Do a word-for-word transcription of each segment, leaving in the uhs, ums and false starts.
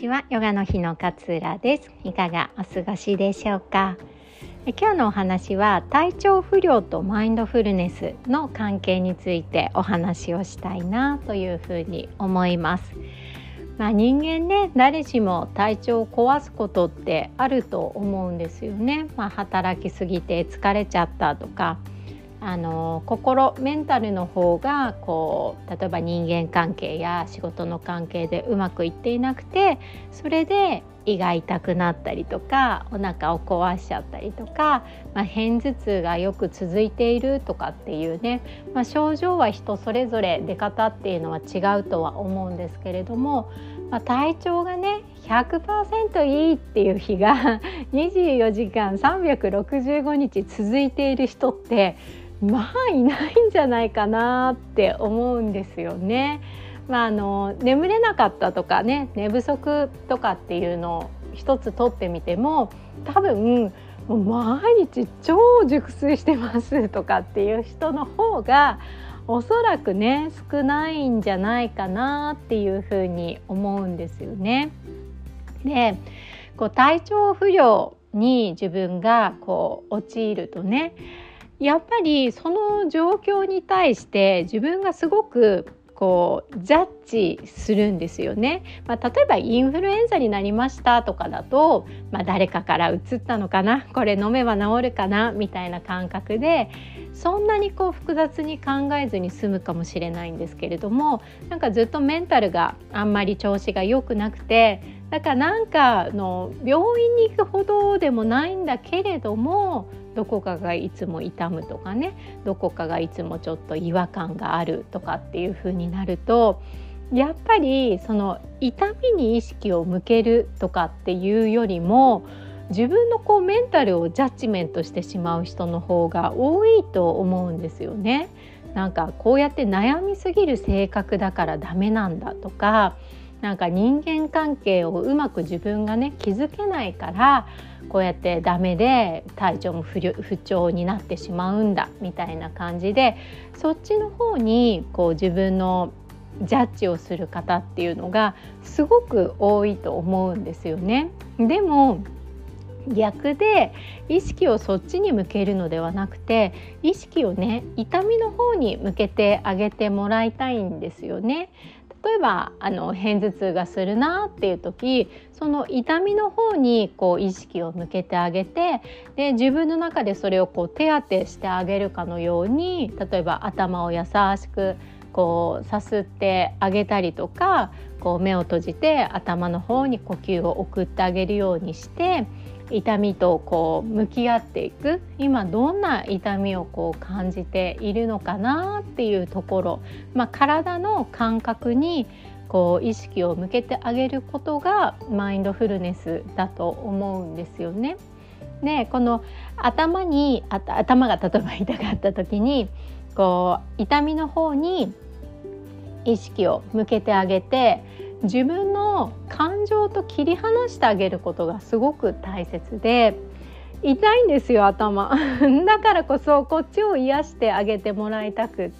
ちは。ヨガの日の勝浦です。いかがお過ごしでしょうか。今日のお話は体調不良とマインドフルネスの関係についてお話をしたいなというふうに思います。まあ、人間ね、誰しも体調を壊すことってあると思うんですよね。まあ、働きすぎて疲れちゃったとか、あの心メンタルの方がこう例えば人間関係や仕事の関係でうまくいっていなくて、それで胃が痛くなったりとかお腹を壊しちゃったりとか、まあ、片頭痛がよく続いているとかっていうね、まあ、症状は人それぞれ出方っていうのは違うとは思うんですけれども、まあ、体調がね ひゃくパーセント いいっていう日がにじゅうよじかんさんびゃくろくじゅうごにち続いている人ってまあいないんじゃないかなって思うんですよね。まあ、あの眠れなかったとかね、寝不足とかっていうのを一つ取ってみても、多分もう毎日超熟睡してますとかっていう人の方がおそらくね少ないんじゃないかなっていうふうに思うんですよね。で、こう体調不良に自分がこう陥るとね、やっぱりその状況に対して自分がすごくこうジャッジするんですよね。まあ、例えばインフルエンザになりましたとかだと、まあ、誰かからうつったのかな、これ飲めば治るかなみたいな感覚でそんなにこう複雑に考えずに済むかもしれないんですけれども、なんかずっとメンタルがあんまり調子が良くなくて、だからなんかの病院に行くほどでもないんだけれども、どこかがいつも痛むとかね、どこかがいつもちょっと違和感があるとかっていう風になると、やっぱりその痛みに意識を向けるとかっていうよりも、自分のこうメンタルをジャッジメントしてしまう人の方が多いと思うんですよね。なんかこうやって悩みすぎる性格だからダメなんだとか、なんか人間関係をうまく自分がね築けないからこうやってダメで体調も不調になってしまうんだみたいな感じで、そっちの方にこう自分のジャッジをする方っていうのがすごく多いと思うんですよね。でも逆で意識をそっちに向けるのではなくて、意識をね痛みの方に向けてあげてもらいたいんですよね。例えばあの片頭痛がするなっていう時、その痛みの方にこう意識を向けてあげて、で自分の中でそれをこう手当てしてあげるかのように、例えば頭を優しくこうさすってあげたりとか、こう目を閉じて頭の方に呼吸を送ってあげるようにして、痛みとこう向き合っていく、今どんな痛みをこう感じているのかなっていうところ、まあ、体の感覚にこう意識を向けてあげることがマインドフルネスだと思うんですよね。で、この頭にあ頭が例えば痛かった時にこう痛みの方に意識を向けてあげて、自分の感情と切り離してあげることがすごく大切で、痛いんですよ頭だからこそこっちを癒してあげてもらいたくって、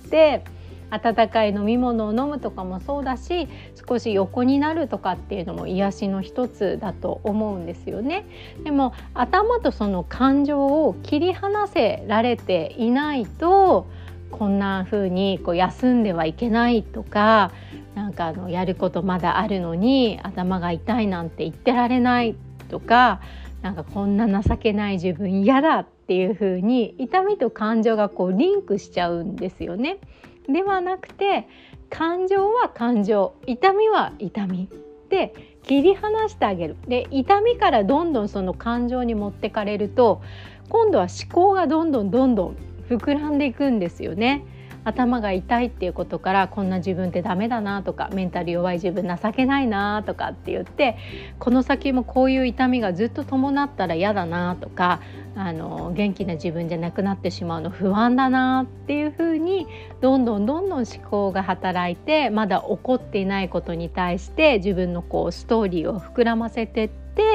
温かい飲み物を飲むとかもそうだし、少し横になるとかっていうのも癒しの一つだと思うんですよね。でも頭とその感情を切り離せられていないと、こんな風にこう休んではいけないとか、なんかあのやることまだあるのに頭が痛いなんて言ってられないとか、なんかこんな情けない自分嫌だっていう風に痛みと感情がこうリンクしちゃうんですよね。ではなくて、感情は感情、痛みは痛みで切り離してあげる。で、痛みからどんどんその感情に持ってかれると、今度は思考がどんどんどんどん膨らんでいくんですよね。頭が痛いっていうことから、こんな自分ってダメだなとか、メンタル弱い自分情けないなとかって言って、この先もこういう痛みがずっと伴ったら嫌だなとか、あの元気な自分じゃなくなってしまうの不安だなっていう風にどんどんどんどん思考が働いて、まだ起こっていないことに対して自分のこうストーリーを膨らませてって、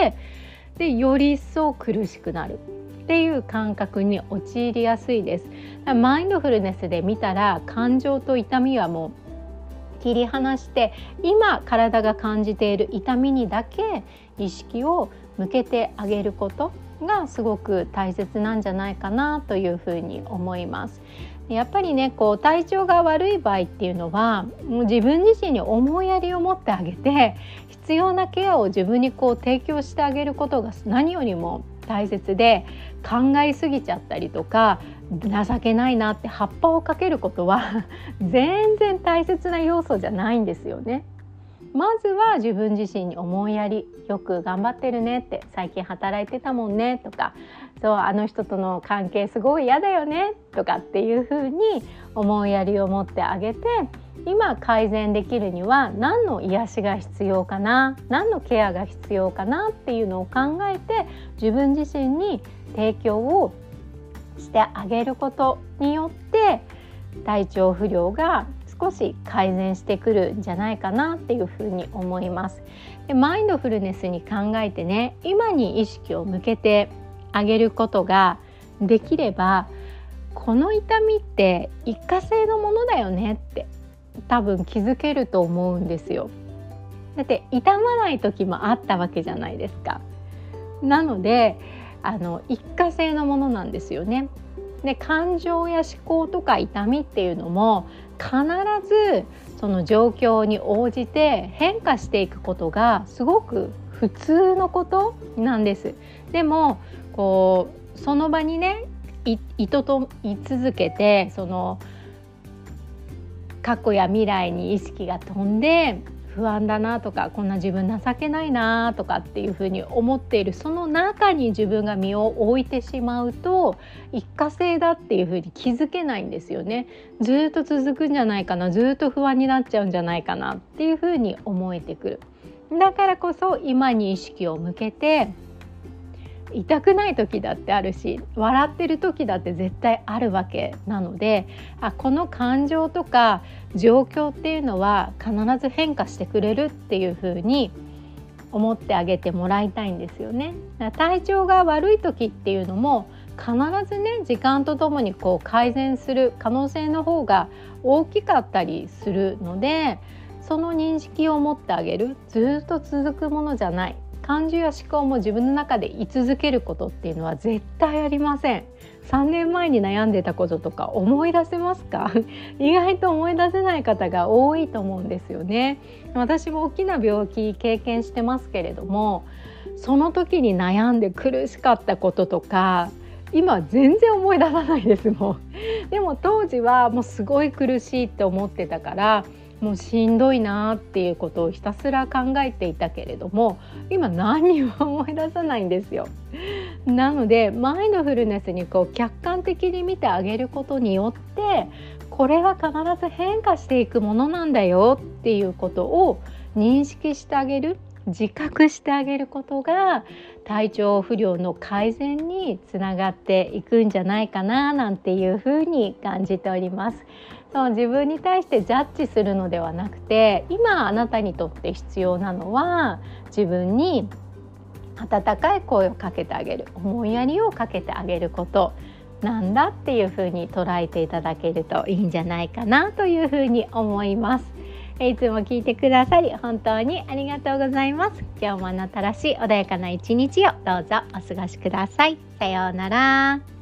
でより一層苦しくなるっていう感覚に陥りやすいです。マインドフルネスで見たら、感情と痛みはも切り離して今体が感じている痛みにだけ意識を向けてあげることがすごく大切なんじゃないかなというふうに思います。やっぱりねこう体調が悪い場合っていうのはもう自分自身に思いやりを持ってあげて必要なケアを自分にこう提供してあげることが何よりも大切で、考えすぎちゃったりとか情けないなって葉っぱをかけることは全然大切な要素じゃないんですよね。まずは自分自身に思いやり、よく頑張ってるねって、最近働いてたもんねとか、そうあの人との関係すごい嫌だよねとかっていう風に思いやりを持ってあげて、今改善できるには何の癒しが必要かな、何のケアが必要かなっていうのを考えて自分自身に提供をしてあげることによって体調不良が少し改善してくるんじゃないかなっていうふうに思います。でマインドフルネスに考えてね、今に意識を向けてあげることができれば、この痛みって一過性のものだよねって多分気づけると思うんですよ。だって痛まない時もあったわけじゃないですか。なのであの一過性のものなんですよね。で感情や思考とか痛みっていうのも必ずその状況に応じて変化していくことがすごく普通のことなんです。でもこうその場にねいいとと居続けて、その過去や未来に意識が飛んで不安だなとか、こんな自分情けないなとかっていうふうに思っているその中に自分が身を置いてしまうと一過性だっていうふうに気づけないんですよね。ずっと続くんじゃないかな、ずっと不安になっちゃうんじゃないかなっていうふうに思えてくる。だからこそ今に意識を向けて、痛くない時だってあるし、笑ってる時だって絶対あるわけなので、あこの感情とか状況っていうのは必ず変化してくれるっていう風に思ってあげてもらいたいんですよね。だから体調が悪い時っていうのも必ずね時間とともにこう改善する可能性の方が大きかったりするので、その認識を持ってあげる。ずっと続くものじゃない、感情や思考も自分の中で居続けることっていうのは絶対ありません。さんねんまえに悩んでたこととか思い出せますか？意外と思い出せない方が多いと思うんですよね。私も大きな病気経験してますけれども、その時に悩んで苦しかったこととか今全然思い出さないですもん。でも当時はもうすごい苦しいって思ってたから、もうしんどいなっていうことをひたすら考えていたけれども、今何にも思い出さないんですよ。なのでマインドフルネスにこう客観的に見てあげることによって、これは必ず変化していくものなんだよっていうことを認識してあげる、自覚してあげることが体調不良の改善につながっていくんじゃないかななんていうふうに感じております。そう自分に対してジャッジするのではなくて、今あなたにとって必要なのは自分に温かい声をかけてあげる、思いやりをかけてあげることなんだっていうふうに捉えていただけるといいんじゃないかなというふうに思います。いつも聞いてくださり本当にありがとうございます。今日もあなたらしい穏やかな一日をどうぞお過ごしください。さようなら。